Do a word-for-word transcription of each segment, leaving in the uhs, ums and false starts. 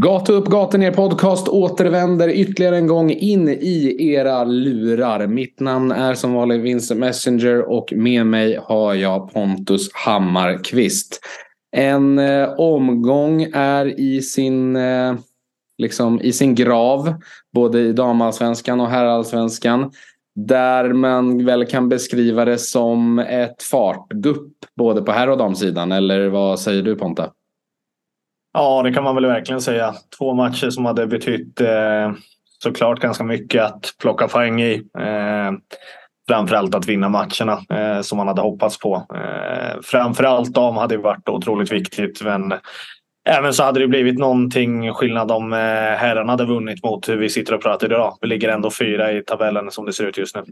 Gata upp, gata ner podcast återvänder ytterligare en gång in i era lurar. Mitt namn är som vanligt Vincent Messenger och med mig har jag Pontus Hammarkvist. En eh, omgång är i sin, eh, liksom, i sin grav, både i damallsvenskan och herrallsvenskan, där man väl kan beskriva det som ett fartgupp både på herr- och damsidan. Eller vad säger du, Ponta? Ja, det kan man väl verkligen säga. Två matcher som hade betytt eh, såklart ganska mycket att plocka poäng i. Eh, framförallt att vinna matcherna eh, som man hade hoppats på. Eh, framförallt dam hade varit otroligt viktigt. Men även så hade det blivit någonting skillnad om eh, herrarna hade vunnit mot hur vi sitter och pratar idag. Vi ligger ändå fyra i tabellen som det ser ut just nu.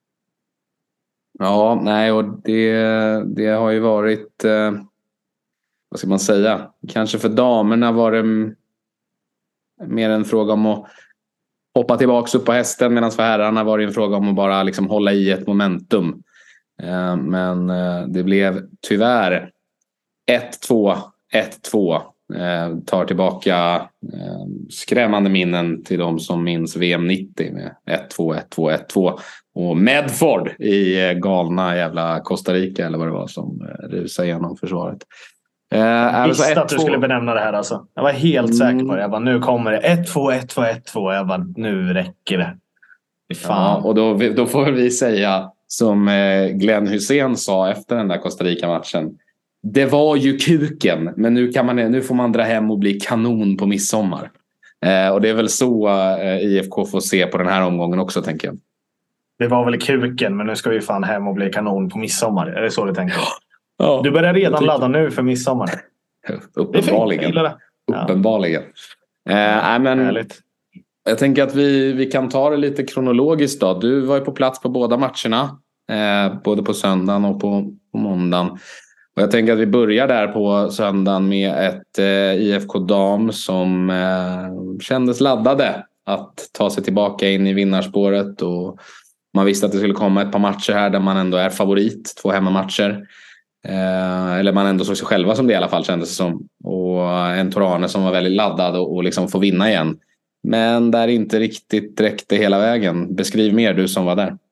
Ja, nej, och det, det har ju varit... Eh... Vad ska man säga? Kanske för damerna var det mer en fråga om att hoppa tillbaka upp på hästen, medan för herrarna var det en fråga om att bara liksom hålla i ett momentum. Men det blev tyvärr ett två, ett två. Tar tillbaka skrämmande minnen till de som minns V M nittio med ett två, ett två, ett två. Och Medford i galna jävla Costa Rica eller vad det var som rusade igenom försvaret. Jag visste ett, att du två. Skulle benämna det här alltså. Jag var helt mm. säker på det. Jag bara, nu kommer det ett två, ett två, ett två. Jag bara, nu räcker det. Fan. Ja, och då, då får vi säga som Glenn Hussein sa efter den där Costa Rica-matchen. Det var ju kuken, men nu, kan man, nu får man dra hem och bli kanon på midsommar. Eh, och det är väl så eh, I F K får se på den här omgången också, tänker jag. Det var väl kuken, men nu ska vi fan hem och bli kanon på midsommar. Är det så du tänker? Ja, du börjar redan ladda nu för midsommar. Uppenbarligen. Det ja. Uppenbarligen. Eh, men jag tänker att vi, vi kan ta det lite kronologiskt då. Du var ju på plats på båda matcherna. Eh, både på söndagen och på, på måndagen. Och jag tänker att vi börjar där på söndagen med ett eh, I F K Dam som eh, kändes laddade att ta sig tillbaka in i vinnarspåret. Och man visste att det skulle komma ett par matcher här där man ändå är favorit. Två hemmamatcher. Eh, eller man ändå såg sig själva som det i alla fall kändes det som. Och en Torane som var väldigt laddad och, och liksom få vinna igen. Men där inte riktigt räckte hela vägen. Beskriv mer, du som var där.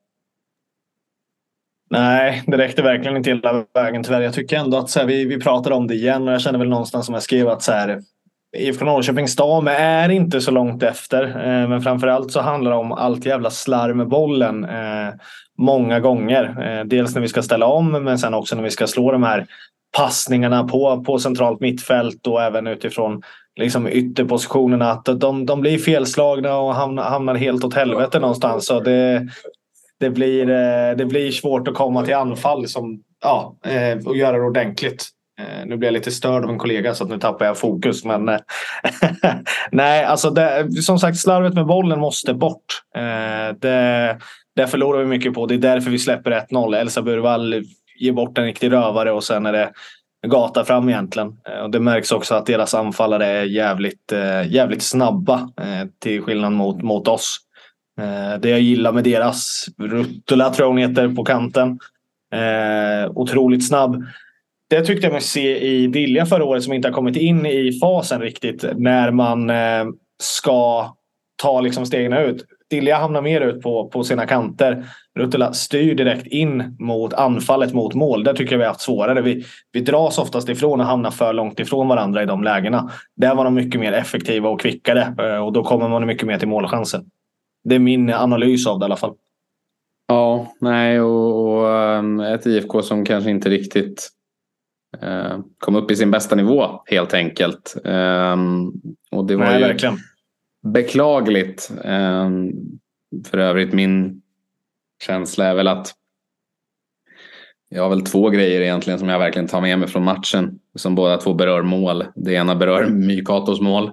Nej, det räckte verkligen inte hela vägen tyvärr. Jag tycker ändå att så här, vi, vi pratar om det igen. Och jag känner väl någonstans som jag skrev att så här, I F K Norrköpings dam är inte så långt efter. Eh, men framförallt så handlar det om allt jävla slarv med bollen. Eh, många gånger. Eh, dels när vi ska ställa om, men sen också när vi ska slå de här passningarna på, på centralt mittfält och även utifrån liksom ytterpositionerna. Att de, de blir felslagna och hamnar, hamnar helt åt helvete någonstans. Så det, det, blir, det blir svårt att komma till anfall som, ja, och göra det ordentligt. Eh, nu blir jag lite störd av en kollega så att nu tappar jag fokus. Men eh, nej, alltså det, som sagt, slarvet med bollen måste bort. Eh, det, det förlorar vi mycket på. Det är därför vi släpper ett noll. Elsa Burvall ger bort en riktig rövare och sen är det gata fram egentligen. Eh, och det märks också att deras anfallare är jävligt, eh, jävligt snabba eh, till skillnad mot, mot oss. Eh, det jag gillar med deras Ruttula, tror jag hon heter, på kanten. Eh, otroligt snabb. Det tyckte jag mig se i Dilja förra året som inte har kommit in i fasen riktigt när man eh, ska ta liksom stegen ut. Dilja hamnar mer ut på, på sina kanter. Ruttula styr direkt in mot anfallet mot mål. Där tycker jag vi har haft svårare. Vi, vi dras oftast ifrån och hamnar för långt ifrån varandra i de lägena. Där var de mycket mer effektiva och kvickare. Och då kommer man mycket mer till målchansen. Det är min analys av det i alla fall. Ja, nej och, och um, ett I F K som kanske inte riktigt uh, kom upp i sin bästa nivå helt enkelt. Um, och det var nej, ju verkligen beklagligt. Um, för övrigt min känsla är väl att jag har väl två grejer egentligen som jag verkligen tar med mig från matchen. Som båda två berör mål. Det ena berör Mykatos mål.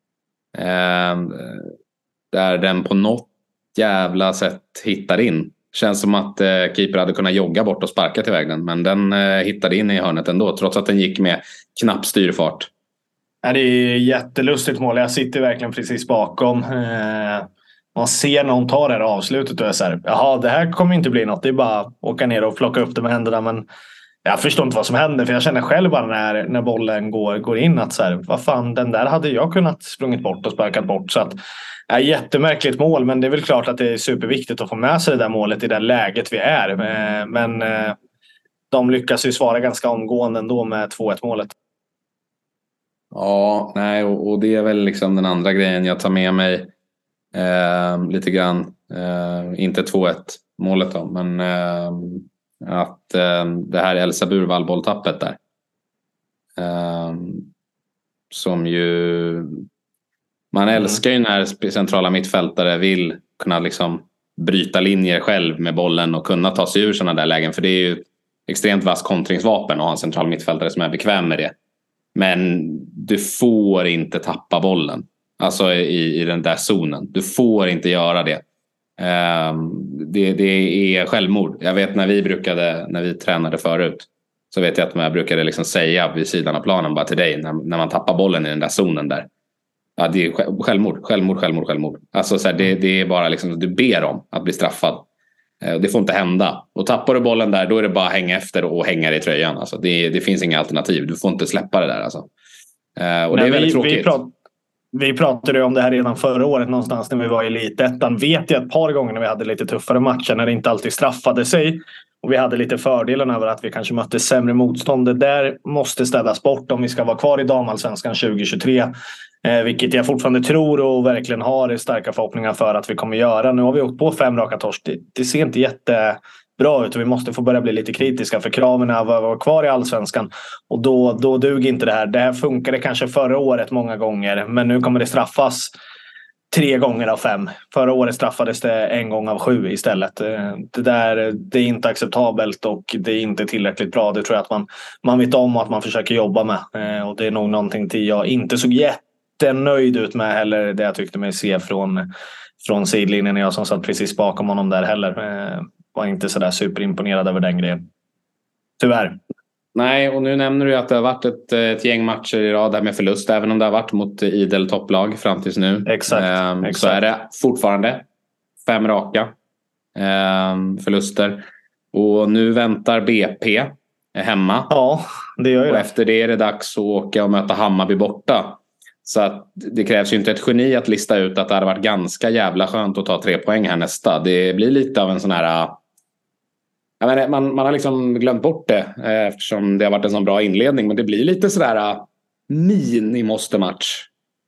Um, där den på något jävla sätt hittar in. Känns som att eh, keeper hade kunnat jogga bort och sparka till vägen. Men den eh, hittade in i hörnet ändå. Trots att den gick med knapp styrfart. Ja, det är jättelustigt mål. Jag sitter verkligen precis bakom. Eh, man ser någon ta det här avslutet och är så här, jaha, det här kommer inte bli något. Det är bara att åka ner och plocka upp det med händerna. Men jag förstår inte vad som händer, för jag känner själv bara när, när bollen går, går in att så här, vad fan, den där hade jag kunnat sprungit bort och sparkat bort. Så att, ja, jättemärkligt mål, men det är väl klart att det är superviktigt att få med sig det där målet i det läget vi är. Men de lyckas ju svara ganska omgående ändå med två ett målet. Ja, nej, och, och det är väl liksom den andra grejen jag tar med mig eh, lite grann. Eh, inte två ett målet då, men eh, att eh, det här Elsa Burvall bolltappet där. Eh, som ju man älskar ju när centrala mittfältare vill kunna liksom bryta linjer själv med bollen och kunna ta sig ur sådana där lägen, för det är ju ett extremt vass kontringsvapen att ha en central mittfältare som är bekväm med det. Men du får inte tappa bollen. Alltså i, i den där zonen. Du får inte göra det. Um, det. Det är självmord. Jag vet när vi brukade, när vi tränade förut, så vet jag att man brukade liksom säga vid sidan av planen bara till dig när, när man tappar bollen i den där zonen där. Ja, det är självmord, självmord, självmord, självmord. Alltså så här, det, det är bara liksom, du ber om att bli straffad. Det får inte hända. Och tappar du bollen där, då är det bara att hänga efter och hänga i tröjan. Alltså, det, det finns inga alternativ. Du får inte släppa det där. Alltså. Och det är väldigt vi, tråkigt. Vi, prat, vi pratade om det här redan förra året någonstans när vi var i Elitettan. Vet jag ett par gånger när vi hade lite tuffare matcher när det inte alltid straffade sig. Och vi hade lite fördelen över att vi kanske mötte sämre motstånd. Det där måste städas bort om vi ska vara kvar i damallsvenskan tjugo tjugotre. Eh, vilket jag fortfarande tror och verkligen har starka förhoppningar för att vi kommer göra. Nu har vi åkt på fem raka torsk. Det, det ser inte jättebra ut och vi måste få börja bli lite kritiska för kraven är att vara kvar i allsvenskan. Och då, då duger inte det här. Det här funkade kanske förra året många gånger, men nu kommer det straffas tre gånger av fem. Förra året straffades det en gång av sju istället. Det där, det är inte acceptabelt och det är inte tillräckligt bra. Det tror jag att man, man vet om och att man försöker jobba med. Och det är nog någonting till jag inte såg jättenöjd ut med heller, det jag tyckte mig se från, från sidlinjen. Jag som satt precis bakom honom där heller var inte sådär superimponerad över den grejen. Tyvärr. Nej, och nu nämner du att det har varit ett, ett gäng matcher i rad där med förlust, även om det har varit mot idel topplag fram tills nu. Exakt, ehm, exakt. Så är det fortfarande fem raka ehm, förluster. Och nu väntar B P hemma. Ja, det gör ju och det. efter det är det dags att åka och möta Hammarby borta. Så att det krävs ju inte ett geni att lista ut att det hade varit ganska jävla skönt att ta tre poäng här nästa. Det blir lite av en sån här... Jag menar, man, man har liksom glömt bort det eh, eftersom det har varit en sån bra inledning. Men det blir lite sådär uh, mini-måste-match.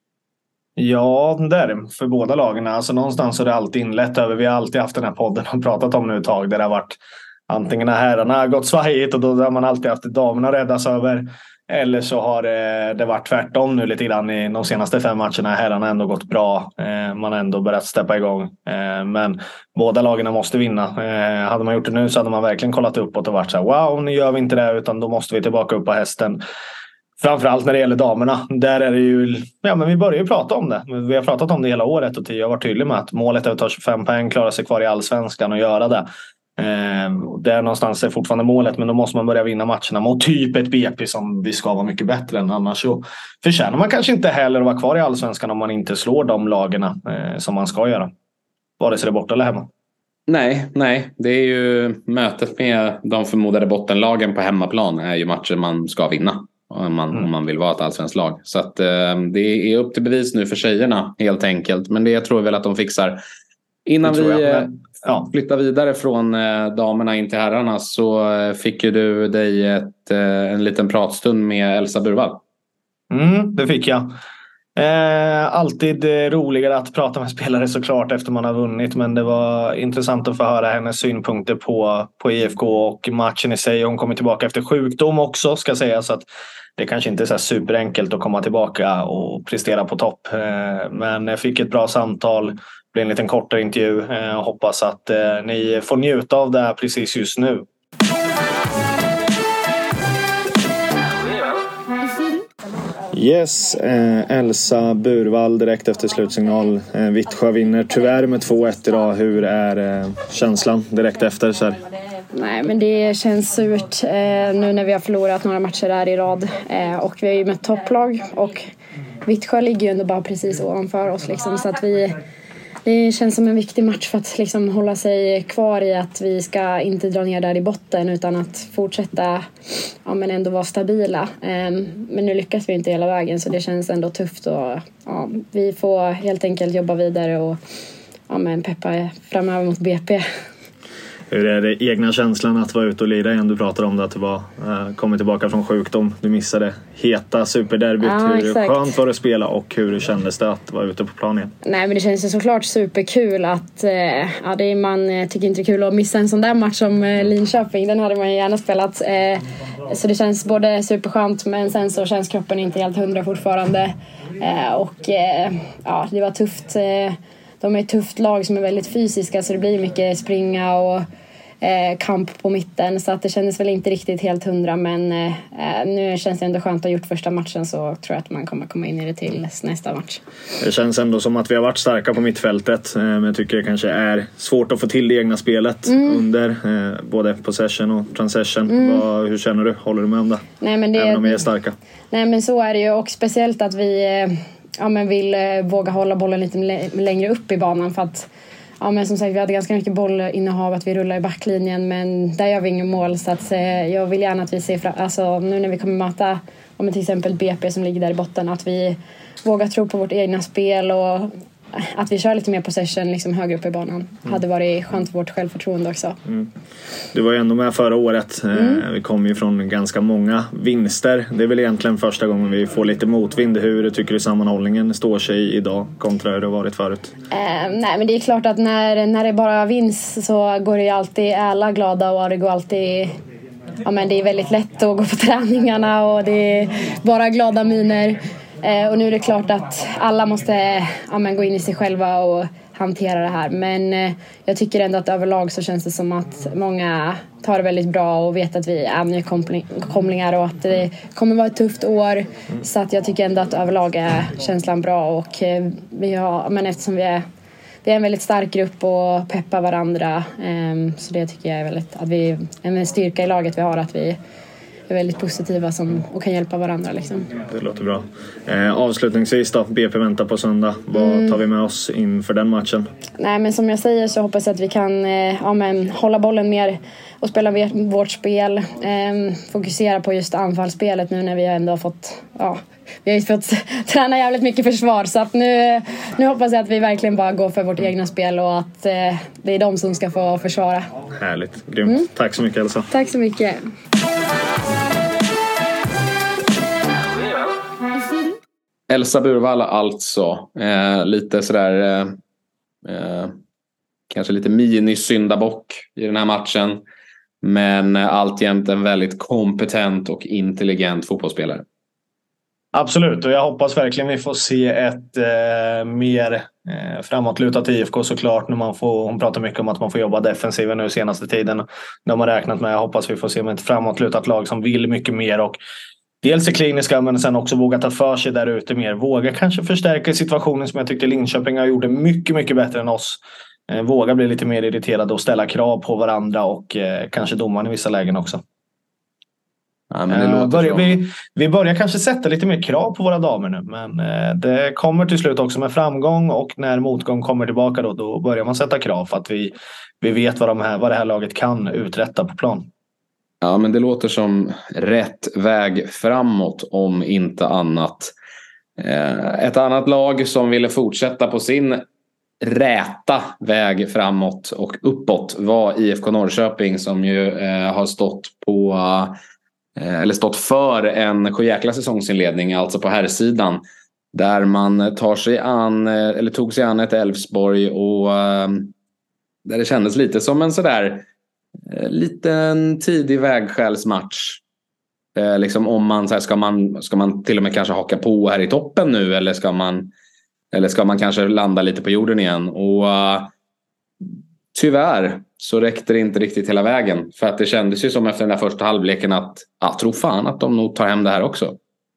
Ja, det är det för båda lagen. Alltså, någonstans har det alltid inlett över. Vi har alltid haft den här podden och pratat om nu ett tag. Där det har varit antingen när herrarna har gått svajigt och då har man alltid haft damerna räddas över. Eller så har det, det varit tvärtom nu lite grann i de senaste fem matcherna. Herrarna har ändå gått bra. Eh, man har ändå börjat steppa igång. Eh, men båda lagarna måste vinna. Eh, hade man gjort det nu så hade man verkligen kollat uppåt och varit så här: wow, nu gör vi inte det utan då måste vi tillbaka upp på hästen. Framförallt när det gäller damerna. Där är det ju, ja men vi börjar ju prata om det. Vi har pratat om det hela året och Tia har varit tydlig med att målet är att ta tjugofem poäng, klara sig kvar i allsvenskan och göra det. Eh, där någonstans är fortfarande målet, men då måste man börja vinna matcherna mot typ ett B P som vi ska vara mycket bättre än, annars så förtjänar man kanske inte heller att vara kvar i allsvenskan om man inte slår de lagarna eh, som man ska göra, vare sig det är borta eller hemma. Nej, nej, det är ju mötet med de förmodade bottenlagen på hemmaplan är ju matcher man ska vinna om man, mm. om man vill vara ett allsvenskt lag. Så att eh, det är upp till bevis nu för tjejerna helt enkelt, men det tror jag väl att de fixar. Innan vi eh, ja. flyttar vidare från eh, damerna in till herrarna så eh, fick ju du dig ett, eh, en liten pratstund med Elsa Burvall. Mm, det fick jag. Eh, alltid eh, roligare att prata med spelare såklart efter man har vunnit, men det var intressant att få höra hennes synpunkter på, på I F K och matchen i sig. Hon kommer tillbaka efter sjukdom också, ska säga, så att det kanske inte är så här superenkelt att komma tillbaka och prestera på topp. Eh, men jag fick ett bra samtal. Det blir en liten kortare intervju. Jag eh, hoppas att eh, ni får njuta av det här precis just nu. Yes, eh, Elsa Burvall direkt efter slutsignal. Eh, Vittsjö vinner tyvärr med två ett idag. Hur är eh, känslan direkt efter? Så här? Nej, men det känns surt eh, nu när vi har förlorat några matcher där i rad. Eh, och vi är ju med topplag och Vittsjö ligger ju ändå bara precis ovanför oss liksom, så att vi Det känns som en viktig match för att liksom hålla sig kvar i att vi ska inte dra ner där i botten utan att fortsätta ja, men ändå vara stabila. Men nu lyckas vi inte hela vägen så det känns ändå tufft. Och, ja, vi får helt enkelt jobba vidare och ja, men peppa framöver mot B P. Hur är det egna känslan att vara ute och lira igen? Du pratade om det att du var, äh, kommit tillbaka från sjukdom. Du missade heta superderbyt. Ja, hur exakt. Skönt var det att spela och hur kändes det att vara ute på plan igen? Nej, men det känns ju såklart superkul att eh, ja, det är, man tycker inte det är kul att missa en sån där match som eh, Linköping. Den hade man ju gärna spelat. Eh, så det känns både superskönt men sen så känns kroppen inte helt hundra fortfarande. Eh, och eh, ja, det var tufft. Eh, de är ett tufft lag som är väldigt fysiska så det blir mycket springa och Eh, kamp på mitten så att det kändes väl inte riktigt helt hundra men eh, nu känns det ändå skönt att ha gjort första matchen så tror jag att man kommer komma in i det till nästa match. Det känns ändå som att vi har varit starka på mittfältet eh, men jag tycker det kanske är svårt att få till det egna spelet mm. under eh, både possession och transition. Mm. Vad, hur känner du? Håller du med om det? Nej, men det även om vi är starka? Nej men så är det ju och speciellt att vi eh, ja, men vill eh, våga hålla bollen lite längre upp i banan för att ja, men som sagt, vi hade ganska mycket bollinnehav att vi rullar i backlinjen men där gör vi ingen mål så att eh, jag vill gärna att vi ser fram, alltså nu när vi kommer möta om till exempel B P som ligger där i botten att vi vågar tro på vårt egna spel och att vi kör lite mer possession liksom högre upp i banan. Mm. Hade varit skönt för vårt självförtroende också. Mm. Du var ju ändå med förra året. Mm. Vi kom ju från ganska många vinster. Det är väl egentligen första gången vi får lite motvind. Hur tycker du sammanhållningen står sig idag kontra hur det har varit förut? Eh, nej men det är klart att när, när det bara vinst så går det ju alltid alla glada och det går alltid ja, men det är väldigt lätt att gå på träningarna och det är bara glada miner. Eh, och nu är det klart att alla måste ja, men gå in i sig själva och hantera det här. Men eh, jag tycker ändå att överlag så känns det som att många tar det väldigt bra och vet att vi är nykomlingar och att det kommer vara ett tufft år. Mm. Så att jag tycker ändå att överlag är känslan bra och eh, vi har, men eftersom vi är det är en väldigt stark grupp och peppar varandra. Eh, så det tycker jag är väldigt att vi en styrka i laget vi har att vi är väldigt positiva som, och kan hjälpa varandra. Liksom. Det låter bra. Eh, avslutningsvis då, B P väntar på söndag. Vad mm. tar vi med oss inför den matchen? Nej, men som jag säger så hoppas jag att vi kan eh, ja, men, hålla bollen mer och spela vårt spel. Eh, fokusera på just anfallsspelet nu när vi ändå har fått ja, vi har ju fått träna jävligt mycket försvar så att nu, nu hoppas jag att vi verkligen bara går för vårt egna spel och att eh, det är de som ska få försvara. Härligt, grymt. Mm. Tack så mycket Elsa. Tack så mycket. Elsa Burvalla alltså. Eh, lite sådär eh, eh, kanske lite mini-syndabock i den här matchen. Men alltjämt en väldigt kompetent och intelligent fotbollsspelare. Absolut, och jag hoppas verkligen vi får se ett eh, mer eh, framåtlutat I F K såklart. När man får, hon pratar mycket om att man får jobba defensiven nu senaste tiden. De har räknat med, jag hoppas vi får se med ett framåtlutat lag som vill mycket mer och dels är kliniska men sen också våga ta för sig där ute mer. Våga kanske förstärka situationen som jag tyckte Linköping har gjort mycket, mycket bättre än oss. Eh, våga bli lite mer irriterade och ställa krav på varandra och eh, kanske domaren i vissa lägen också. Ja, men det uh, börjar, vi, vi börjar kanske sätta lite mer krav på våra damer nu. Men uh, det kommer till slut också med framgång. Och när motgång kommer tillbaka då, då börjar man sätta krav. För att vi, vi vet vad, de här, vad det här laget kan uträtta på plan. Ja, men det låter som rätt väg framåt om inte annat. Uh, ett annat lag som ville fortsätta på sin räta väg framåt och uppåt var I F K Norrköping. Som ju uh, har stått på... Uh, eller stått för en sjujäkla säsongsinledning, alltså på här sidan där man tar sig an eller tog sig an ett Elfsborg och där det kändes lite som en sådär liten tidig vägskälsmatch. Liksom om man så här, ska man ska man till och med kanske haka på här i toppen nu eller ska man eller ska man kanske landa lite på jorden igen och tyvärr så räckte det inte riktigt hela vägen. För att det kändes ju som efter den där första halvleken att jag tror fan att de nog tar hem det här också.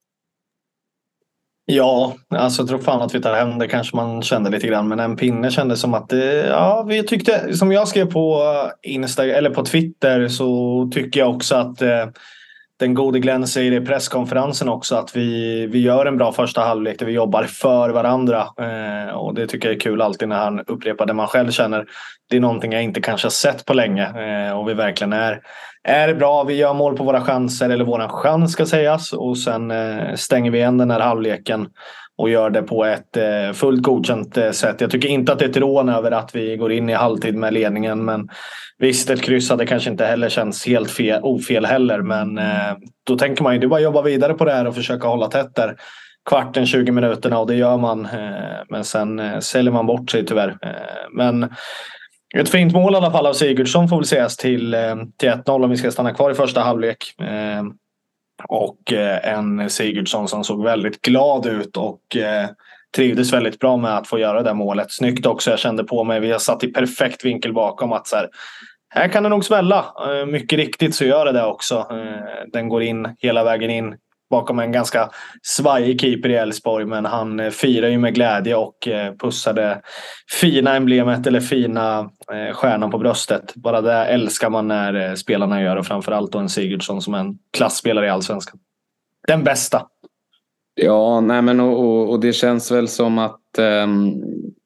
Ja, alltså jag tror fan att vi tar hem det kanske man kände lite grann. Men en pinne kändes som att det, ja, vi tyckte, som jag skrev på Insta eller på Twitter så tycker jag också att eh, den gode Glenn säger i presskonferensen också att vi, vi gör en bra första halvlek där vi jobbar för varandra. Eh, och det tycker jag är kul alltid när han upprepar det man själv känner. Det är någonting jag inte kanske har sett på länge. Eh, och vi verkligen är, är bra. Vi gör mål på våra chanser, eller våran chans ska sägas. Och sen eh, stänger vi igen den här halvleken och gör det på ett eh, fullt godkänt eh, sätt. Jag tycker inte att det är ett rån över att vi går in i halvtid med ledningen. Men visst, ett kryss hade kanske inte heller känns helt fel, ofel heller. Men eh, då tänker man ju, det är bara jobba vidare på det här och försöka hålla tätt där. Kvarten, tjugo minuterna, och det gör man. Eh, men sen eh, säljer man bort sig tyvärr. Eh, men ett fint mål i alla fall av Sigurdsson får väl sägas till, eh, till ett noll om vi ska stanna kvar i första halvlek. Eh, Och en Sigurdsson som såg väldigt glad ut och eh, trivdes väldigt bra med att få göra det målet. Snyggt också, jag kände på mig. Vi har satt i perfekt vinkel bakom att så här, här kan det nog smälla. Eh, mycket riktigt så gör det det också. Eh, den går in hela vägen in bakom en ganska svajig keeper i Elfsborg, men han eh, firar ju med glädje och eh, pussade fina emblemet eller fina eh, stjärnan på bröstet. Bara det älskar man när eh, spelarna gör, och framförallt då en Sigurdsson som en klassspelare i Allsvenskan. Den bästa. Ja, nej men och, och, och det känns väl som att um,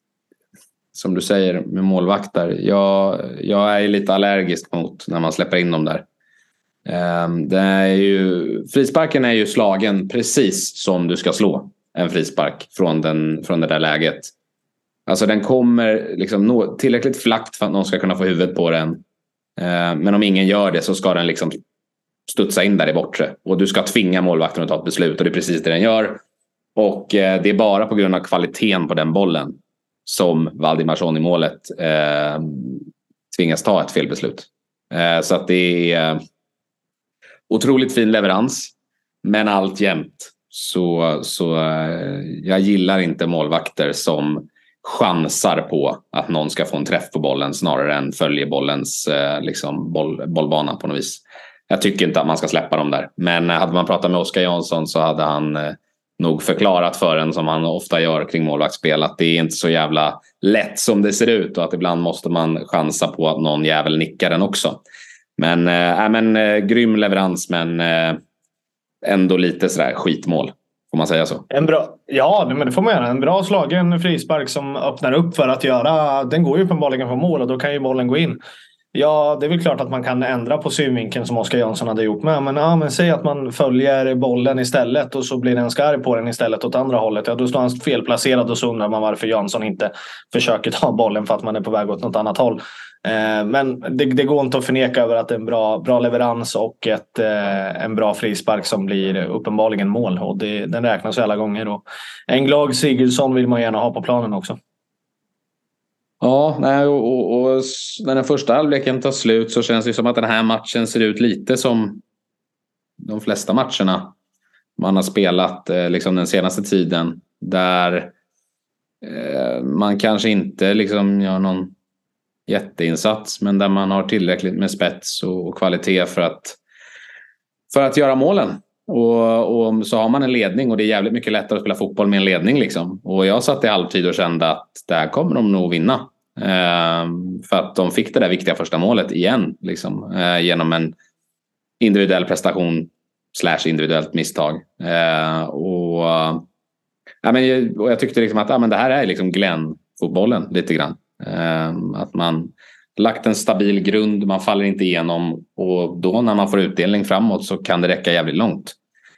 som du säger med målvakter, jag, jag är lite allergisk mot när man släpper in dem där. Um, det är ju, frisparken är ju slagen precis som du ska slå en frispark från, den, från det där läget. Alltså den kommer liksom nå, tillräckligt flackt för att någon ska kunna få huvudet på den. Uh, men om ingen gör det så ska den liksom studsa in där i bortre. Och du ska tvinga målvakten att ta ett beslut, och det är precis det den gör. Och uh, det är bara på grund av kvaliteten på den bollen som Valdimarsson i målet uh, tvingas ta ett felbeslut. Uh, så att det är uh, otroligt fin leverans, men alltjämt så, så uh, jag gillar inte målvakter som chansar på att någon ska få en träff på bollen snarare än följer bollens uh, liksom boll, bollbana på något vis. Jag tycker inte att man ska släppa dem där, men uh, hade man pratat med Oskar Jansson så hade han uh, nog förklarat för en, som han ofta gör kring målvaktsspel, att det är inte så jävla lätt som det ser ut och att ibland måste man chansa på att någon jävel nickar den också. Men, äh, men äh, grym leverans, men äh, ändå lite sådär skitmål. Får man säga så? En bra, ja, men det får man göra. En bra slagen frispark som öppnar upp för att göra. Den går ju uppenbarligen på mål, och då kan ju bollen gå in. Ja, det är väl klart att man kan ändra på synvinkeln som Oskar Jansson hade gjort med. Men, ja, men säg att man följer bollen istället och så blir den skarp på den istället åt andra hållet. Ja, då står han felplacerad och så undrar man varför Jansson inte försöker ta bollen för att man är på väg åt något annat håll. Eh, men det, det går inte att förneka över att det är en bra, bra leverans och ett, eh, en bra frispark som blir uppenbarligen mål. Och det, den räknas alla gånger. Och en glad Sigurdsson vill man gärna ha på planen också. Ja, nej, och, och, och när den första halvleken tar slut så känns det som att den här matchen ser ut lite som de flesta matcherna man har spelat eh, liksom den senaste tiden, där eh, man kanske inte liksom gör någon jätteinsats, men där man har tillräckligt med spets och, och kvalitet för att för att göra målen. Och, och så har man en ledning, och det är jävligt mycket lättare att spela fotboll med en ledning liksom. Och jag satt i halvtid och kände att där kommer de nog vinna, eh, för att de fick det där viktiga första målet igen liksom, eh, genom en individuell prestation slash individuellt misstag. eh, och, ja, men, och jag tyckte liksom att ja, men det här är liksom Glenn-fotbollen lite grann, eh, att man lagt en stabil grund, man faller inte igenom, och då när man får utdelning framåt så kan det räcka jävligt långt.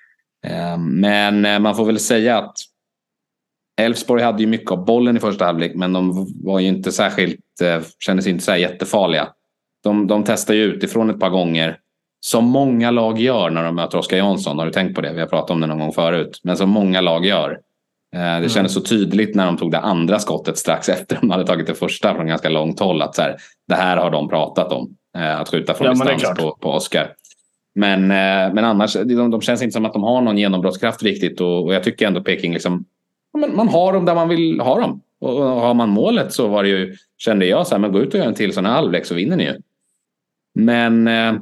Men man får väl säga att Elfsborg hade ju mycket av bollen i första halvlek, men de var ju inte särskilt, kändes inte så här jättefarliga. De, de testade ju utifrån ett par gånger, som många lag gör när de möter Oskar Jansson. Har du tänkt på det? Vi har pratat om det någon gång förut, men som många lag gör. Det kändes mm. så tydligt när de tog det andra skottet strax efter de hade tagit det första från ganska långt håll, att så här, det här har de pratat om, att skjuta från ja, distans på, på Oskar. Men, men annars, de, de känns inte som att de har någon genombrottskraft riktigt, och, och jag tycker ändå Peking liksom, man, man har dem där man vill ha dem, och, och har man målet så var det ju, kände jag så här, men gå ut och göra en till sån här halvlek så vinner ni ju. Men eh,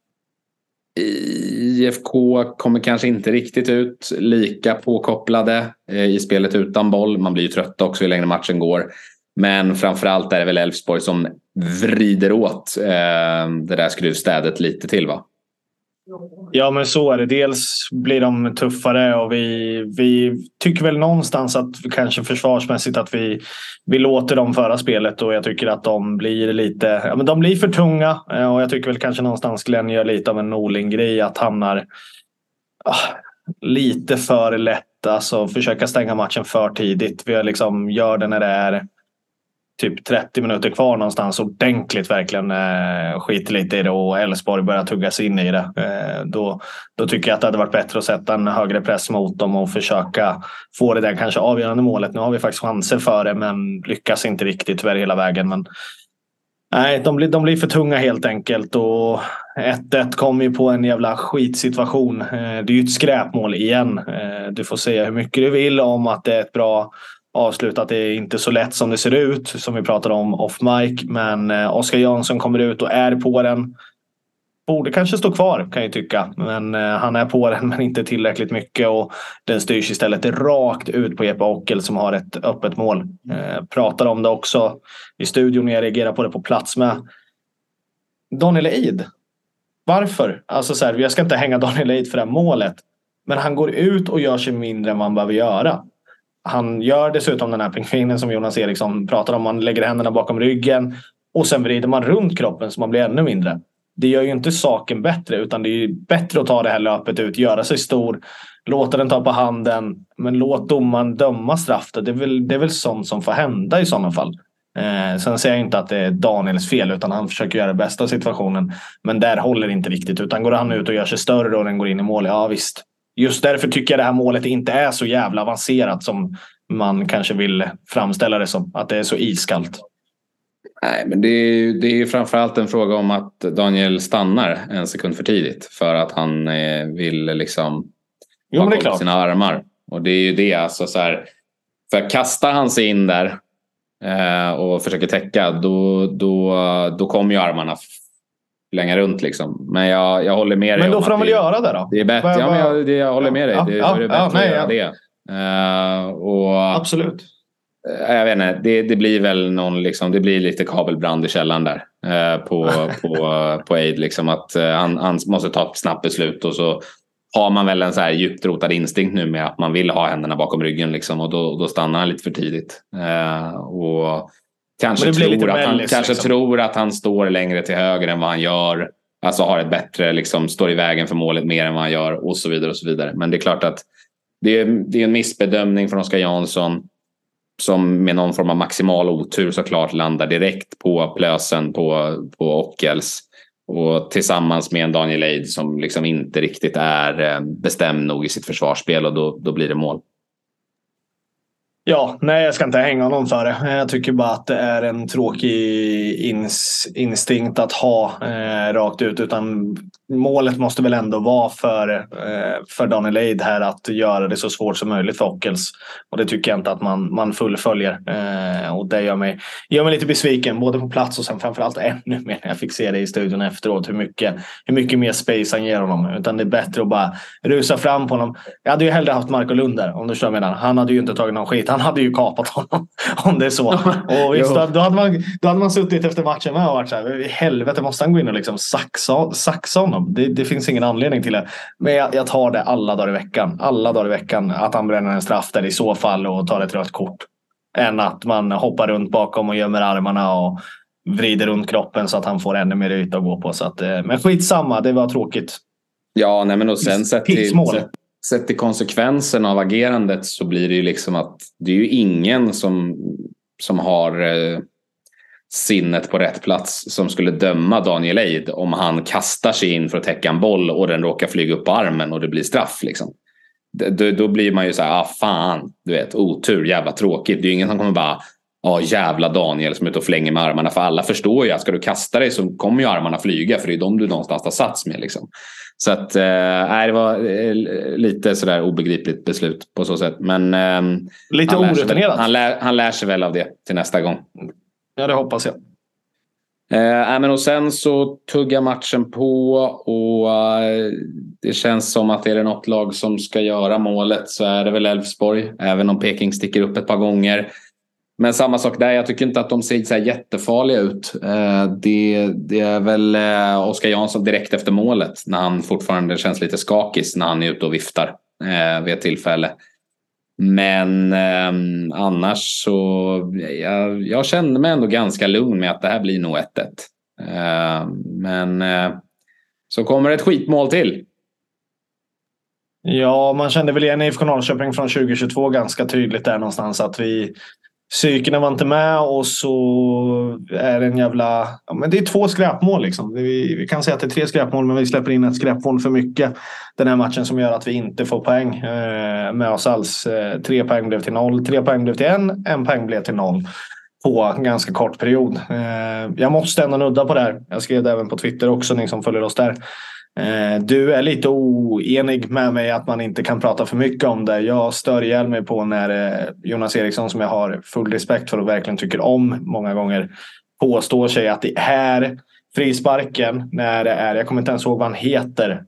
I F K kommer kanske inte riktigt ut lika påkopplade eh, i spelet utan boll. Man blir ju trött också ju längre matchen går. Men framförallt är det väl Elfsborg som vrider åt eh, det där skruvstädet lite till, va? Ja, men så är det. Dels blir de tuffare och vi, vi tycker väl någonstans att vi kanske försvarsmässigt att vi, vi låter dem föra spelet, och jag tycker att de blir lite, ja, men de blir för tunga, och jag tycker väl kanske någonstans Glenn gör lite av en Norling-grej, att hamnar ah, lite för lätt, alltså försöka stänga matchen för tidigt. Vi liksom gör det när det är typ trettio minuter kvar någonstans, ordentligt verkligen eh, skiter lite i det och Elfsborg börjar tugga sig in i det. Eh, då, då tycker jag att det hade varit bättre att sätta en högre press mot dem och försöka få det där kanske avgörande målet. Nu har vi faktiskt chanser för det, men lyckas inte riktigt tyvärr hela vägen. Men nej, de blir, de blir för tunga helt enkelt, och ett ett kommer ju på en jävla skitsituation. Eh, det är ju ett skräpmål igen. Eh, du får säga hur mycket du vill om att det är ett bra avslut, att det är inte så lätt som det ser ut, som vi pratade om off mic, men eh, Oskar Jansson kommer ut och är på den. Borde kanske stå kvar, kan jag tycka, men eh, han är på den, men inte tillräckligt mycket, och den styrs istället rakt ut på Jeppe Ockel som har ett öppet mål. Eh, pratar om det också i studion, jag reagerar på det på plats med Daniel Eid. Varför? Alltså så här, jag ska inte hänga Daniel Eid för det här målet, men han går ut och gör sig mindre än man behöver göra. Han gör dessutom den här pingvinen som Jonas Eriksson pratar om. Man lägger händerna bakom ryggen och sen vrider man runt kroppen så man blir ännu mindre. Det gör ju inte saken bättre, utan det är ju bättre att ta det här löpet ut, göra sig stor, låta den ta på handen, men låt domaren döma straffet. Det är väl, det är väl sånt som får hända i sådana fall. Eh, sen säger jag inte att det är Daniels fel, utan han försöker göra det bästa av situationen, men där håller det inte riktigt, utan går han ut och gör sig större och den går in i mål, ja visst. Just därför tycker jag det här målet inte är så jävla avancerat som man kanske vill framställa det som. Att det är så iskallt. Nej, men det är ju det är ju framförallt en fråga om att Daniel stannar en sekund för tidigt. För att han eh, vill liksom jo, men det är klart. Sina armar. Och det är ju det, alltså så här. För kastar han sig in där eh, och försöker täcka, då, då, då kommer ju armarna länga runt liksom. Men jag, jag håller med dig. Men då får han väl göra det då? Det är bättre. Ja, men jag, det, jag håller med dig. Ja, det, ja, det är bättre ja, nej, att göra ja. det. Uh, och, absolut. Uh, jag vet inte. Det, det blir väl någon liksom, det blir lite kabelbrand i källaren där. Uh, på, på, på Eid liksom. Att uh, han, han måste ta ett snabbt beslut. Och så har man väl en så här djupt rotad instinkt nu med att man vill ha händerna bakom ryggen liksom. Och då, då stannar han lite för tidigt. Uh, och kanske, tror att, han, mellis, kanske liksom. tror att han står längre till höger än vad han gör. Alltså har ett bättre, liksom, står i vägen för målet mer än vad han gör och så vidare och så vidare. Men det är klart att det är, det är en missbedömning från Oskar Jansson som med någon form av maximal otur såklart landar direkt på plösen på, på Ockels. Och tillsammans med en Daniel Eid som liksom inte riktigt är bestämd nog i sitt försvarsspel, och då, då blir det mål. Ja, nej, jag ska inte hänga någon för det. Jag tycker bara att det är en tråkig ins- instinkt att ha eh, rakt ut. Utan målet måste väl ändå vara för, eh, för Daniel Eid här att göra det så svårt som möjligt för Ockels. Och det tycker jag inte att man, man fullföljer. Eh, och det gör mig, gör mig lite besviken, både på plats och sen framförallt ännu mer när jag fick se det i studion efteråt. Hur mycket, hur mycket mer space han ger honom. Utan det är bättre att bara rusa fram på honom. Jag hade ju hellre haft Marco Lund där, om du förstår vad jag menar. Han hade ju inte tagit någon skit. Han hade ju kapat honom, om det är så. Och visst, då, då, hade man, då hade man suttit efter matchen med och varit så här, i helvete måste han gå in och liksom saxa, saxa honom. Det, det finns ingen anledning till det. Men jag, jag tar det alla dagar i veckan. Alla dagar i veckan att han bränner en straff där i så fall och tar ett rött kort. Än att man hoppar runt bakom och gömmer armarna och vrider runt kroppen så att han får ännu mer yta att gå på. Så att, men skitsamma, det var tråkigt. Ja, nej, men och sen sett till, sett, sett till konsekvensen av agerandet så blir det ju liksom att det är ju ingen som, som har eh, sinnet på rätt plats som skulle döma Daniel Eid om han kastar sig in för att täcka en boll och den råkar flyga upp på armen och det blir straff liksom. Då, då blir man ju så här, ah fan, du vet, otur, jävla tråkigt. Det är ju ingen som kommer bara, ja ah, jävla Daniel som är ute och flänger med armarna, för alla förstår ju att ska du kasta dig så kommer ju armarna flyga, för det är de du någonstans har sats med liksom. Så att, eh, det var eh, lite sådär obegripligt beslut på så sätt. Men eh, lite orutinerat. Han lär, han lär sig väl av det till nästa gång. Ja, det hoppas jag. Eh, men och sen så tuggar matchen på och eh, det känns som att är det något lag som ska göra målet så är det väl Elfsborg, även om Peking sticker upp ett par gånger. Men samma sak där, jag tycker inte att de ser så här jättefarliga ut. Det, det är väl Oskar Jansson direkt efter målet, när han fortfarande känns lite skakis när han är ute och viftar vid ett tillfälle. Men eh, annars så jag, jag kände mig ändå ganska lugn med att det här blir nog ett ett. Eh, men eh, så kommer ett skitmål till. Ja, man kände väl igen I F K Norrköping från tjugo tjugotvå ganska tydligt där någonstans, att vi psykerna var inte med och så är det en jävla... Ja, men det är två skräpmål liksom. Vi, vi kan säga att det är tre skräpmål, men vi släpper in ett skräpmål för mycket den här matchen som gör att vi inte får poäng eh, med oss alls. Eh, tre poäng blev till noll, tre poäng blev till en, en poäng blev till noll på en ganska kort period. Eh, jag måste ändå nudda på det här. Jag skrev det även på Twitter också, ni som följer oss där. Du är lite oenig med mig att man inte kan prata för mycket om det. Jag stör ihjäl mig på när Jonas Eriksson, som jag har full respekt för och verkligen tycker om många gånger, påstår sig att det är frisparken när det är, jag kommer inte ens ihåg vad han heter,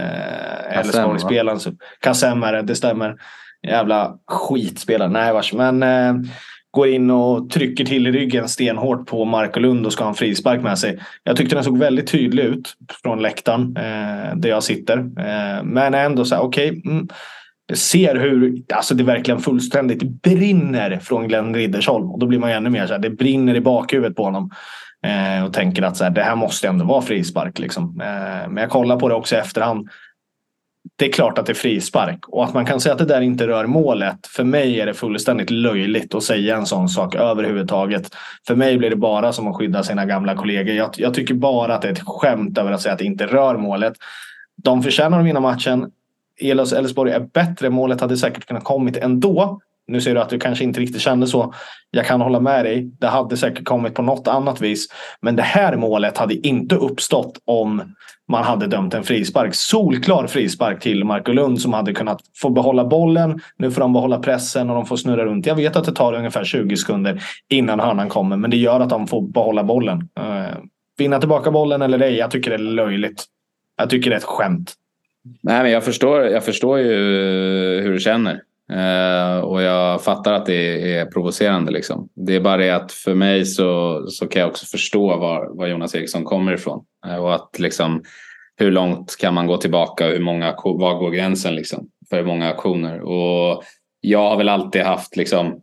eh, eller skådespelaren. Kassem är det, det stämmer. Jävla skitspelare. Nej vars, men eh, går in och trycker till i ryggen stenhårt på Marco Lund och ska ha en frispark med sig. Jag tyckte den såg väldigt tydlig ut från läktaren eh, där jag sitter. Eh, men ändå så här, okej. Okay, mm, jag ser hur alltså det verkligen fullständigt brinner från Glenn Riddersholm. Och då blir man ännu mer så här, det brinner i bakhuvudet på honom. Eh, och tänker att så här, det här måste ändå vara frispark. Liksom. Eh, men jag kollar på det också i efterhand. Det är klart att det är frispark. Och att man kan säga att det där inte rör målet. För mig är det fullständigt löjligt att säga en sån sak överhuvudtaget. För mig blir det bara som att skydda sina gamla kollegor. Jag, jag tycker bara att det är ett skämt över att säga att det inte rör målet. De förtjänar att vinna matchen. Elfsborg är bättre. Målet hade säkert kunnat kommit ändå. Nu ser du att du kanske inte riktigt kände så. Jag kan hålla med dig. Det hade säkert kommit på något annat vis. Men det här målet hade inte uppstått om man hade dömt en frispark. Solklar frispark till Marco Lund som hade kunnat få behålla bollen. Nu får de behålla pressen och de får snurra runt. Jag vet att det tar ungefär tjugo sekunder innan hörnan kommer. Men det gör att de får behålla bollen. Uh, vinna tillbaka bollen eller ej. Jag tycker det är löjligt. Jag tycker det är ett skämt. Nej, men jag förstår, jag förstår ju hur du känner. Uh, och jag fattar att det är provocerande liksom. Det är bara det att för mig så, så kan jag också förstå var, var Jonas Eriksson kommer ifrån. Uh, och att liksom hur långt kan man gå tillbaka och hur många, var går gränsen liksom för många aktioner. Och jag har väl alltid haft liksom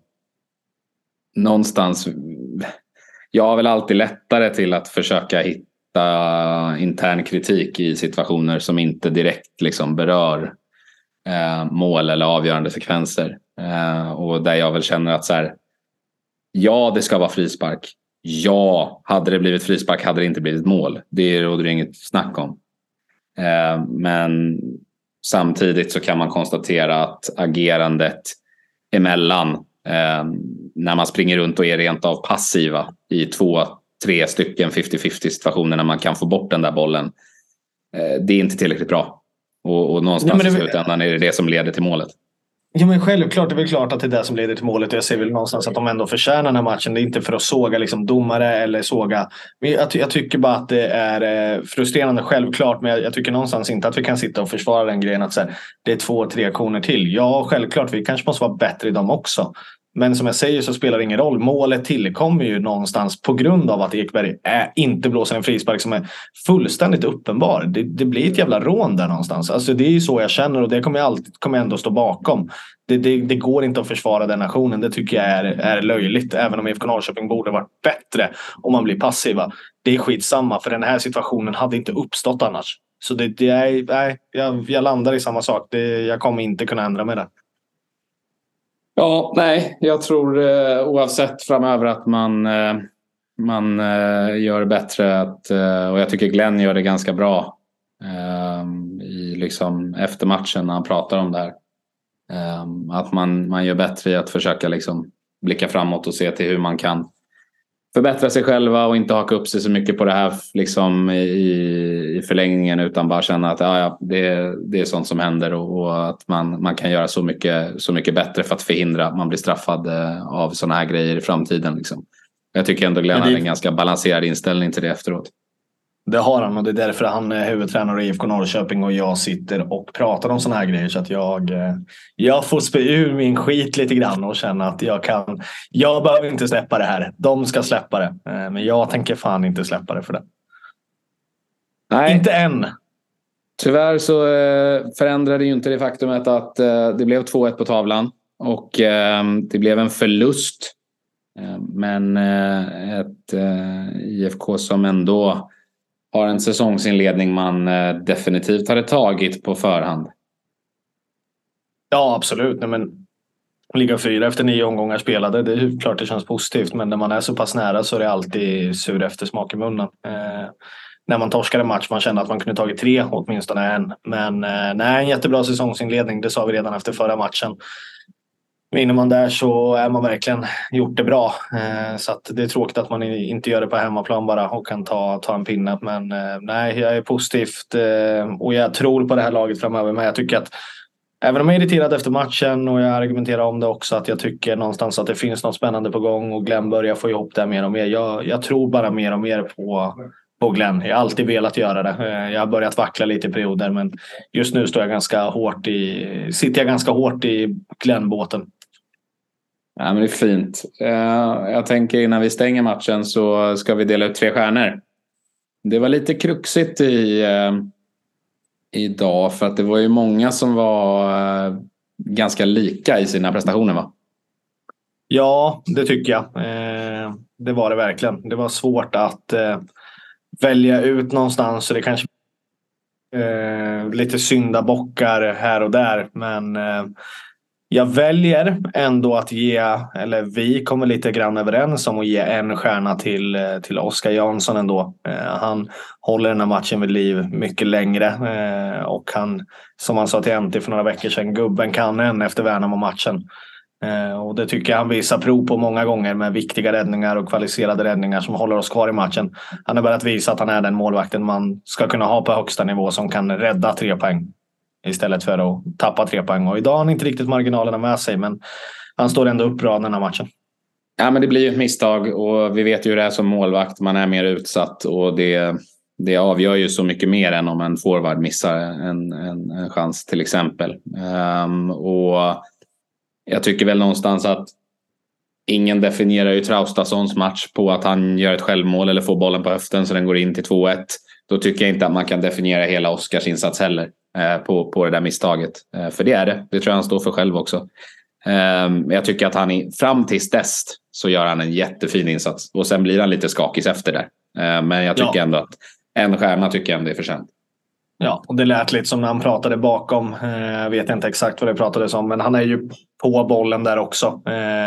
någonstans, jag har väl alltid lättare till att försöka hitta intern kritik i situationer som inte direkt liksom berör Eh, mål eller avgörande sekvenser. Eh, och där jag väl känner att så här, ja, det ska vara frispark. Ja, hade det blivit frispark hade det inte blivit mål. Det råder det inget snack om. Eh, men samtidigt så kan man konstatera att agerandet emellan eh, när man springer runt och är rent av passiva i två, tre stycken femtio femtio situationer när man kan få bort den där bollen. Eh, det är inte tillräckligt bra. Och, och någonstans ja, i slutändan är det det som leder till målet. Ja, men självklart, det är väl klart att det är det som leder till målet. Jag ser väl någonstans att de ändå förtjänar den här matchen. Det är inte för att såga liksom domare eller såga. Men jag, jag tycker bara att det är frustrerande självklart. Men jag, jag tycker någonstans inte att vi kan sitta och försvara den grejen att så här, det är två, tre aktioner till. Ja, självklart. Vi kanske måste vara bättre i dem också. Men som jag säger så spelar det ingen roll. Målet tillkommer ju någonstans på grund av att Ekberg är, inte blåser en frispark som är fullständigt uppenbar. Det, det blir ett jävla rån där någonstans. Alltså det är ju så jag känner och det kommer jag, alltid, kommer jag ändå stå bakom. Det, det, det går inte att försvara den nationen. Det tycker jag är, är löjligt. Även om I F K Norrköping borde varit bättre om man blir passiva. Det är skitsamma för den här situationen hade inte uppstått annars. Så det, det är, nej, jag, jag landar i samma sak. Det, jag kommer inte kunna ändra mig där. Ja, nej, jag tror eh, oavsett framöver att man, eh, man eh, gör bättre att, eh, och jag tycker Glenn gör det ganska bra eh, i liksom efter matchen när han pratar om det här. Eh, att man, man gör bättre i att försöka liksom blicka framåt och se till hur man kan förbättra sig själva och inte haka upp sig så mycket på det här liksom i, i förlängningen utan bara känna att ja, ja, det, det är sånt som händer och, och att man, man kan göra så mycket, så mycket bättre för att förhindra att man blir straffad av såna här grejer i framtiden. Liksom. Jag tycker ändå Glenn har en ganska balanserad inställning till det efteråt. Det har han och det är därför han är huvudtränare i I F K Norrköping och jag sitter och pratar om såna här grejer så att jag, jag får spä ur min skit lite grann och känna att jag kan, jag behöver inte släppa det här. De ska släppa det. Men jag tänker fan inte släppa det för det. Nej. Inte än. Tyvärr så förändrade ju inte det faktumet att det blev två ett på tavlan och det blev en förlust. Men ett I F K som ändå har en säsongsinledning man definitivt hade tagit på förhand. Ja, absolut. Nej, men Liga fyra efter nio omgångar spelade, det är klart det känns positivt. Men när man är så pass nära så är det alltid sur eftersmak i munnen. Eh, när man torskade en match man kände att man kunde tagit tre, åtminstone en. Men eh, nej, en jättebra säsongsinledning, det sa vi redan efter förra matchen. Vinner man där så är man verkligen gjort det bra. Eh, så att det är tråkigt att man inte gör det på hemmaplan bara och kan ta, ta en pinne. Men eh, nej, jag är positivt eh, och jag tror på det här laget framöver. Men jag tycker att även om jag är irriterad efter matchen och jag argumenterar om det också, att jag tycker någonstans att det finns något spännande på gång och Glenn börjar få ihop det mer och mer. Jag, jag tror bara mer och mer på, på Glenn. Jag har alltid velat göra det. Jag har börjat vackla lite i perioder, men just nu står jag ganska hårt i, sitter jag ganska hårt i Glenn-båten. Ja, men det är fint. Jag tänker innan vi stänger matchen så ska vi dela ut tre stjärnor. Det var lite kruxigt i idag för att det var ju många som var ganska lika i sina prestationer, va? Ja, det tycker jag. Eh, det var det verkligen. Det var svårt att eh, välja ut någonstans, så det kanske eh, lite syndabockar här och där, men eh, jag väljer ändå att ge, eller vi kommer lite grann överens om att ge en stjärna till, till Oskar Jansson ändå. Eh, han håller den här matchen vid liv mycket längre. Eh, och han, som han sa till N T för några veckor sedan, gubben kan en efter Värnamo-matchen. Eh, och det tycker jag han visar prov på många gånger med viktiga räddningar och kvalificerade räddningar som håller oss kvar i matchen. Han har börjat visa att han är den målvakten man ska kunna ha på högsta nivå som kan rädda tre poäng. Istället för att tappa tre poäng. Och idag har han inte riktigt marginalerna med sig. Men han står ändå upp bra den här matchen. Ja, men det blir ju ett misstag. Och vi vet ju hur det är som målvakt. Man är mer utsatt. Och det, det avgör ju så mycket mer än om en forward missar en, en, en chans till exempel. Um, och jag tycker väl någonstans att ingen definierar ju Traustasons match på att han gör ett självmål eller får bollen på höften så den går in till två ett. Då tycker jag inte att man kan definiera hela Oskars insats heller. På, på det där misstaget. För det är det. Det tror jag han står för själv också. Men jag tycker att han är, fram tills dess så gör han en jättefin insats. Och sen blir han lite skakig efter det. Men jag tycker ja. ändå att en stjärna tycker jag ändå är förtjänt. Ja, och det lät lite som när han pratade bakom. Jag vet inte exakt vad det pratades om. Men han är ju på bollen där också.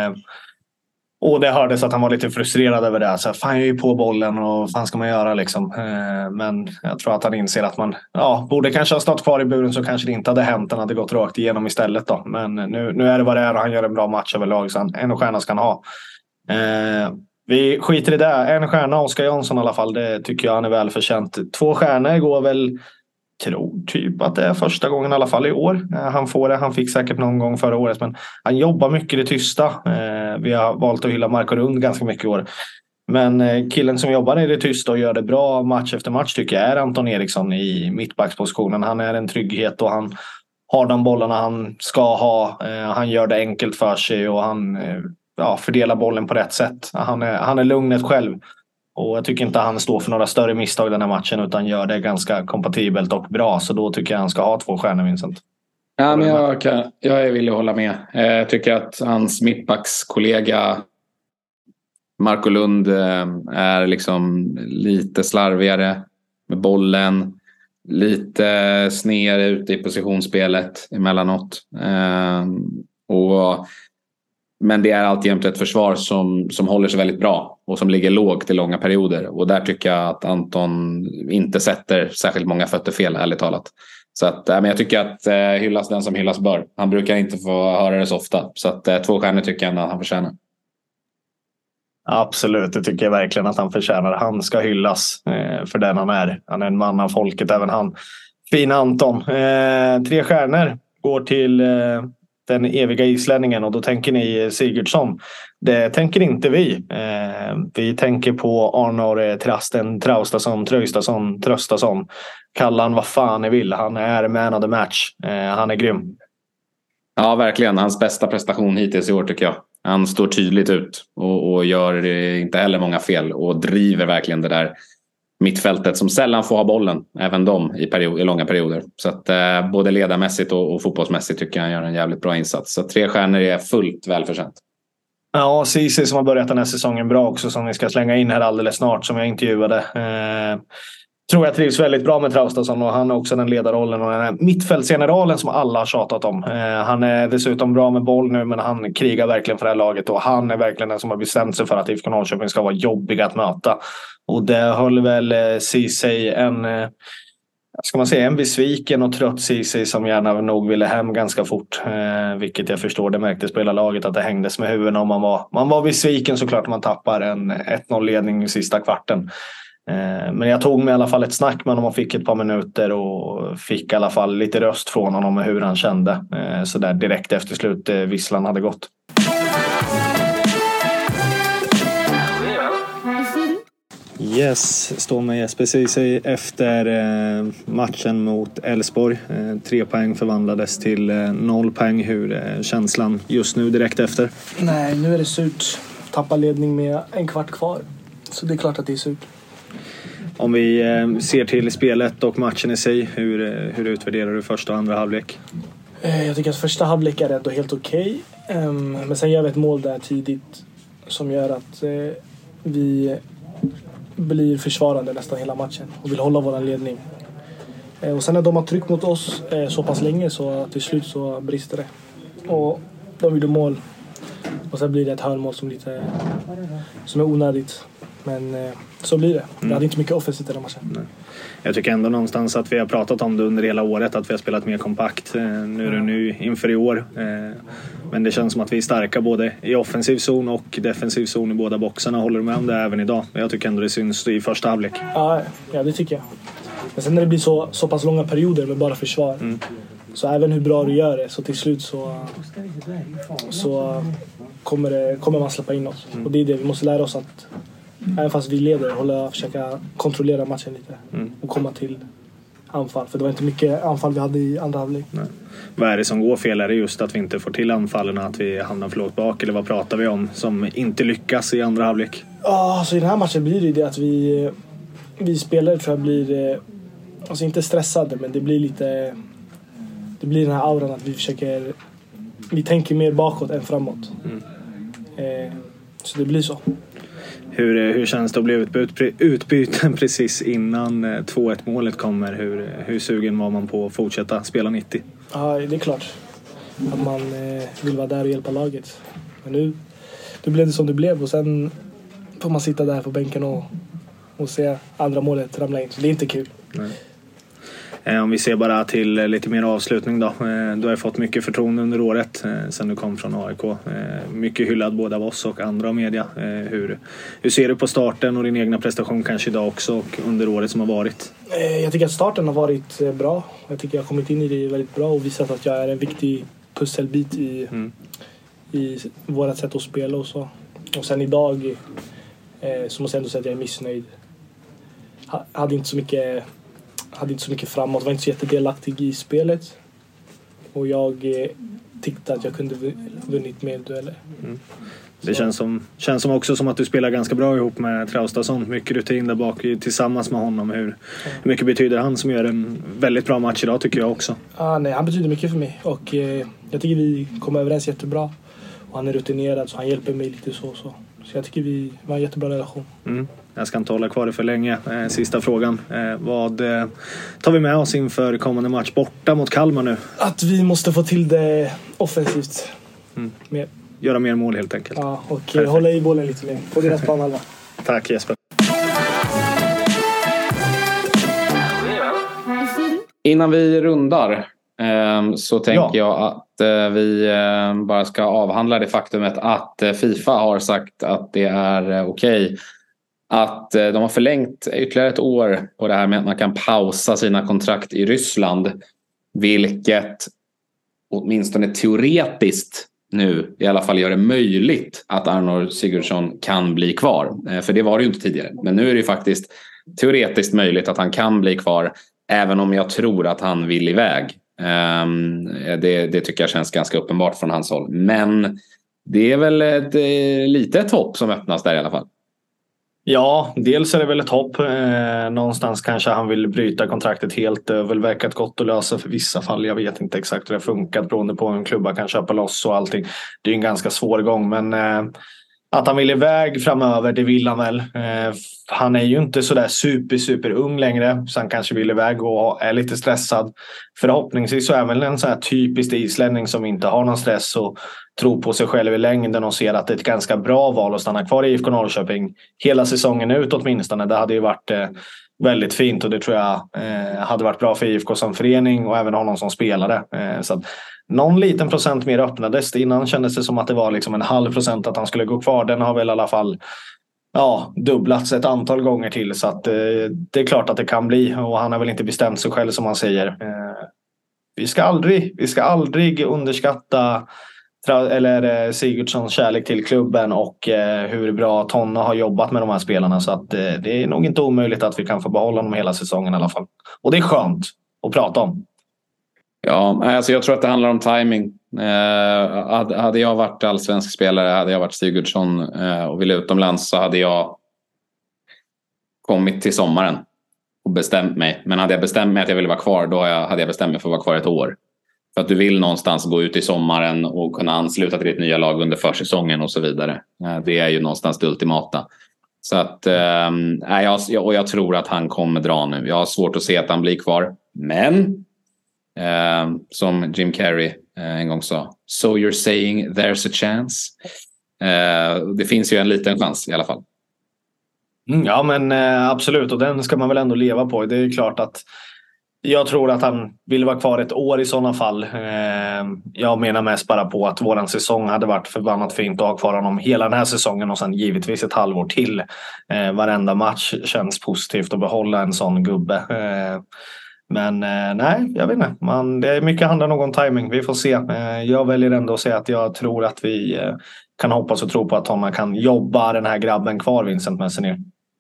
Och det hördes att han var lite frustrerad över det. Så fan, jag är ju på bollen och vad fan ska man göra liksom. Men jag tror att han inser att man ja, borde kanske ha stått kvar i buren så kanske det inte hade hänt. Han hade gått rakt igenom istället då. Men nu, nu är det vad det är och han gör en bra match överlag. Så han, en stjärna ska han ha. Eh, vi skiter i det. En stjärna, Oskar Jansson i alla fall. Det tycker jag han är väl förtjänt. Två stjärnor går väl... tror typ att det är första gången i alla fall i år. Han får det. Han fick säkert någon gång förra året. Men han jobbar mycket i det tysta. Vi har valt att hylla Marco Rund ganska mycket i år. Men killen som jobbar i det tysta och gör det bra match efter match tycker jag är Anton Eriksson i mittbackspositionen. Han är en trygghet och han har de bollarna han ska ha. Han gör det enkelt för sig och han ja, fördelar bollen på rätt sätt. Han är, han är lugnet själv. Och jag tycker inte han står för några större misstag den här matchen utan gör det ganska kompatibelt och bra. Så då tycker jag han ska ha två stjärnor, Vincent. Ja, men jag, kan, jag är villig att hålla med. Jag tycker att hans mittbackskollega Marco Lund är liksom lite slarvigare med bollen. Lite sned ute i positionsspelet emellanåt. Och... Men det är alltid ett försvar som, som håller sig väldigt bra och som ligger lågt i långa perioder. Och där tycker jag att Anton inte sätter särskilt många fötter fel, ärligt talat. Så att, men jag tycker att eh, hyllas den som hyllas bör. Han brukar inte få höra det så ofta. Så att eh, två stjärnor tycker jag att han förtjänar. Absolut, det tycker jag verkligen att han förtjänar. Han ska hyllas eh, för den han är. Han är en man av folket, även han. Fin Anton. Eh, tre stjärnor går till... Eh, den eviga islänningen, och då tänker ni Sigurdsson. Det tänker inte vi. Eh, vi tänker på Arnor Trasten, Traustason, Traustason, Tröstason. Kalla han vad fan ni vill. Han är man of the match. Eh, han är grym. Ja, verkligen. Hans bästa prestation hittills i år tycker jag. Han står tydligt ut och, och gör inte heller många fel och driver verkligen det där mittfältet som sällan får ha bollen, även de i, period, i långa perioder. Så att eh, både ledarmässigt och, och fotbollsmässigt tycker jag han gör en jävligt bra insats. Så tre stjärnor är fullt välförtjänt. Ja, Cici som har börjat den här säsongen bra också, som vi ska slänga in här alldeles snart, som jag intervjuade. Eh, tror jag trivs väldigt bra med Traustason, och han har också den ledarrollen och den här mittfältsgeneralen som alla har tjatat om. Eh, han är dessutom bra med boll nu, men han krigar verkligen för det här laget, och han är verkligen den som har bestämt sig för att I F K Norrköping ska vara jobbiga att möta. Och det höll väl eh, Cici en... Eh, ska man säga en besviken och trött Cici som gärna nog ville hem ganska fort. Eh, vilket jag förstår, det märktes på hela laget att det hängdes med huvuden om man var, man var besviken såklart när man tappar en ett noll-ledning i sista kvarten. Eh, men jag tog mig i alla fall ett snack med honom och fick ett par minuter och fick i alla fall lite röst från honom med hur han kände. Eh, så där direkt efter slut eh, visslan hade gått. Yes, står med Jesper Ceesay efter eh, matchen mot Elfsborg. Eh, tre poäng förvandlades till eh, noll poäng. Hur är eh, känslan just nu direkt efter? Nej, nu är det surt. Tappa ledning med en kvart kvar. Så det är klart att det är surt. Om vi eh, ser till spelet och matchen i sig, hur, eh, hur utvärderar du första och andra halvlek? Eh, jag tycker att första halvlek är ändå helt okej. Okay. Um, men sen gör vi ett mål där tidigt som gör att eh, vi... blir försvarande nästan hela matchen och vill hålla våran ledning. Eh, och sen när de har tryckt mot oss eh, så pass länge så till slut så brister det. Och de gjorde mål. Och sen blir det ett hörnmål som, lite, som är onödigt. Men eh, så blir det. Det hade inte mycket offensivt i den matchen. Nej. Jag tycker ändå någonstans att vi har pratat om det under hela året, att vi har spelat mer kompakt. Eh, nu är det nu inför i år. Eh, men det känns som att vi är starka både i offensiv zon och defensiv zon i båda boxarna. Håller du med om det även idag? Jag tycker ändå det syns i första halvlek. Ja, ja det tycker jag. Men sen när det blir så, så pass långa perioder med bara försvar. Mm. Så även hur bra du gör det, så till slut så, så kommer, det, kommer man släppa in oss. Mm. Och det är det vi måste lära oss, att även fast vi leder, hålla, försöka kontrollera matchen lite. Mm. Och komma till anfall. För det var inte mycket anfall vi hade i andra halvlek. Nej. Vad är det som går fel? Är det just att vi inte får till anfallen, att vi hamnar för lågt bak? Eller vad pratar vi om som inte lyckas i andra halvlek? Ja, så i den här matchen blir det det att vi, vi spelare tror jag blir, alltså inte stressade, men det blir lite, det blir den här auran att vi försöker, vi tänker mer bakåt än framåt. Mm. Eh, så det blir så. Hur, hur känns det att bli utbyt, utbyten precis innan två ett målet kommer? Hur, hur sugen var man på att fortsätta spela nittio? Ja, det är klart att man eh, vill vara där och hjälpa laget. Men nu, nu blev det som det blev, och sen får man sitta där på bänken och, och se andra målet ramla in. Så det är inte kul. Nej. Om vi ser bara till lite mer avslutning då. Du har fått mycket förtroende under året sen du kom från A I K. Mycket hyllad både av oss och andra media. Hur, hur ser du på starten och din egna prestation kanske idag också och under året som har varit? Jag tycker att starten har varit bra. Jag tycker jag har kommit in i det väldigt bra och visat att jag är en viktig pusselbit i, mm. i vårt sätt att spela och så. Och sen idag så måste jag ändå säga att jag är missnöjd. Jag hade inte så mycket... hade inte så mycket framåt, var inte så jättedelaktig i spelet. Och jag eh, tyckte att jag kunde vunnit mer dueller. Mm. Det känns som, känns som också som att du spelar ganska bra ihop med Traustason. Mycket rutin där bak tillsammans med honom. Hur, ja. hur mycket betyder han som gör en väldigt bra match idag tycker jag också? Ah, nej, han betyder mycket för mig. Och eh, jag tycker vi kommer överens jättebra. Och han är rutinerad så han hjälper mig lite så. Så, så jag tycker vi har en jättebra relation. Mm. Jag ska inte hålla kvar det för länge. Eh, sista frågan. Eh, vad eh, tar vi med oss inför kommande match borta mot Kalmar nu? Att vi måste få till det offensivt. Mm. Mer. Göra mer mål helt enkelt. Ja, och Perfekt. hålla i bollen lite mer. På deras planhalva. Tack Jesper. Innan vi rundar eh, så tänker ja. jag att eh, vi eh, bara ska avhandla det faktumet att eh, FIFA har sagt att det är eh, okej okay. Att de har förlängt ytterligare ett år på det här med att man kan pausa sina kontrakt i Ryssland. Vilket åtminstone teoretiskt nu i alla fall gör det möjligt att Arnór Sigurdsson kan bli kvar. För det var det ju inte tidigare. Men nu är det ju faktiskt teoretiskt möjligt att han kan bli kvar, även om jag tror att han vill iväg. Det, det tycker jag känns ganska uppenbart från hans håll. Men det är väl ett, lite ett hopp som öppnas där i alla fall. Ja, dels är det väl ett hopp. Eh, någonstans kanske han vill bryta kontraktet helt. Det har väl verkat gott att lösa för vissa fall. Jag vet inte exakt hur det funkat beroende på hur en klubba kan köpa loss och allting. Det är en ganska svår gång, men eh, att han vill iväg framöver, det vill han väl. Eh, han är ju inte sådär super, super ung längre, så han kanske vill iväg och är lite stressad. Förhoppningsvis så är väl en sån här typisk islänning som inte har någon stress och tror på sig själv i längden och ser att det är ett ganska bra val att stanna kvar i I F K Norrköping hela säsongen ut åtminstone. Det hade ju varit eh, väldigt fint, och det tror jag eh, hade varit bra för I F K som förening och även honom som spelare. Eh, så att någon liten procent mer öppnades. Innan kändes det som att det var liksom en halv procent att han skulle gå kvar. Den har väl i alla fall ja, dubblats ett antal gånger till, så att eh, det är klart att det kan bli, och han har väl inte bestämt sig själv som han säger. Eh, vi ska aldrig, vi ska aldrig underskatta eller Sigurdssons kärlek till klubben och eh, hur bra Tonna har jobbat med de här spelarna, så att eh, det är nog inte omöjligt att vi kan få behålla dem hela säsongen i alla fall. Och det är skönt att prata om. Ja, alltså jag tror att det handlar om timing. Eh, hade jag varit allsvensk spelare, hade jag varit Sigurdsson eh, och ville utomlands, så hade jag kommit till sommaren och bestämt mig. Men hade jag bestämt mig att jag ville vara kvar, då hade jag bestämt mig för att vara kvar ett år. För att du vill någonstans gå ut i sommaren och kunna ansluta till ditt nya lag under försäsongen och så vidare. Det är ju någonstans det ultimata. Så att, eh, jag, och jag tror att han kommer dra nu. Jag har svårt att se att han blir kvar. Men, eh, som Jim Carrey eh, en gång sa, so you're saying there's a chance. Eh, det finns ju en liten chans i alla fall. Mm, ja, men eh, absolut. Och den ska man väl ändå leva på. Det är klart att jag tror att han vill vara kvar ett år i sådana fall. Jag menar mest bara på att våran säsong hade varit förbannat fint att ha kvar honom hela den här säsongen och sen givetvis ett halvår till. Varenda match känns positivt att behålla en sån gubbe. Men nej, jag vet inte. Man, det är mycket handlar nog om timing. Vi får se. Jag väljer ändå att säga att jag tror att vi kan hoppas och tro på att Tonna kan jobba den här grabben kvar, Vincent Messenger.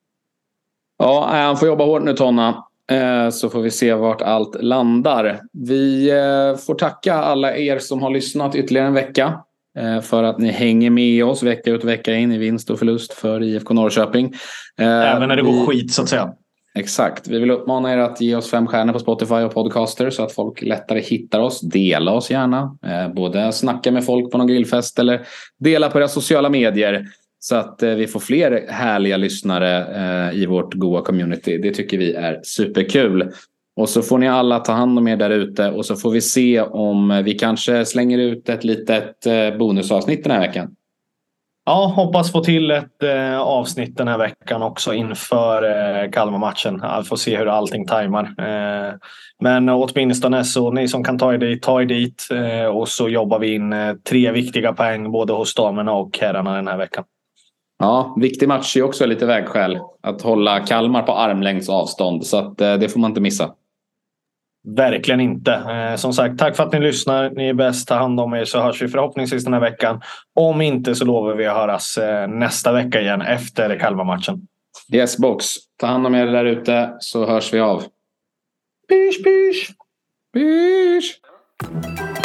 Ja, han får jobba hårt nu, Tonna. Så får vi se vart allt landar. Vi får tacka alla er som har lyssnat ytterligare en vecka för att ni hänger med oss vecka ut och vecka in i vinst och förlust för I F K Norrköping. Även när det vi, går skit så att säga. Exakt. Vi vill uppmana er att ge oss fem stjärnor på Spotify och Podcaster så att folk lättare hittar oss. Dela oss gärna. Både snacka med folk på någon grillfest eller dela på era sociala medier. Så att eh, vi får fler härliga lyssnare eh, i vårt goa community. Det tycker vi är superkul. Och så får ni alla ta hand om er där ute. Och så får vi se om vi kanske slänger ut ett litet eh, bonusavsnitt den här veckan. Ja, hoppas få till ett eh, avsnitt den här veckan också inför eh, Kalmar-matchen. Jag får se hur allting tajmar. Eh, men åtminstone så ni som kan ta er dit, ta er dit. Eh, och så jobbar vi in eh, tre viktiga poäng både hos damerna och herrarna den här veckan. Ja, viktig match är också lite vägskäl. Att hålla Kalmar på armlängds avstånd. Så att, eh, det får man inte missa. Verkligen inte. Eh, som sagt, tack för att ni lyssnar. Ni är bäst. Ta hand om er så hörs vi förhoppningsvis den här veckan. Om inte så lovar vi att höras eh, nästa vecka igen efter Kalmar-matchen. Yes, box. Ta hand om er där ute så hörs vi av. Pysch, pysch! Pysch!